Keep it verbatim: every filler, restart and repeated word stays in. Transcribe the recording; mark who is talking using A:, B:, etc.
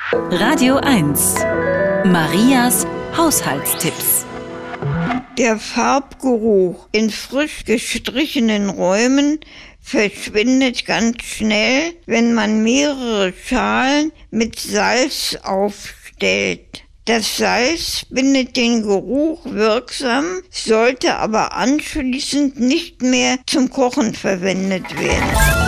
A: Radio eins. Marias Haushaltstipps.
B: Der Farbgeruch in frisch gestrichenen Räumen verschwindet ganz schnell, wenn man mehrere Schalen mit Salz aufstellt. Das Salz bindet den Geruch wirksam, sollte aber anschließend nicht mehr zum Kochen verwendet werden.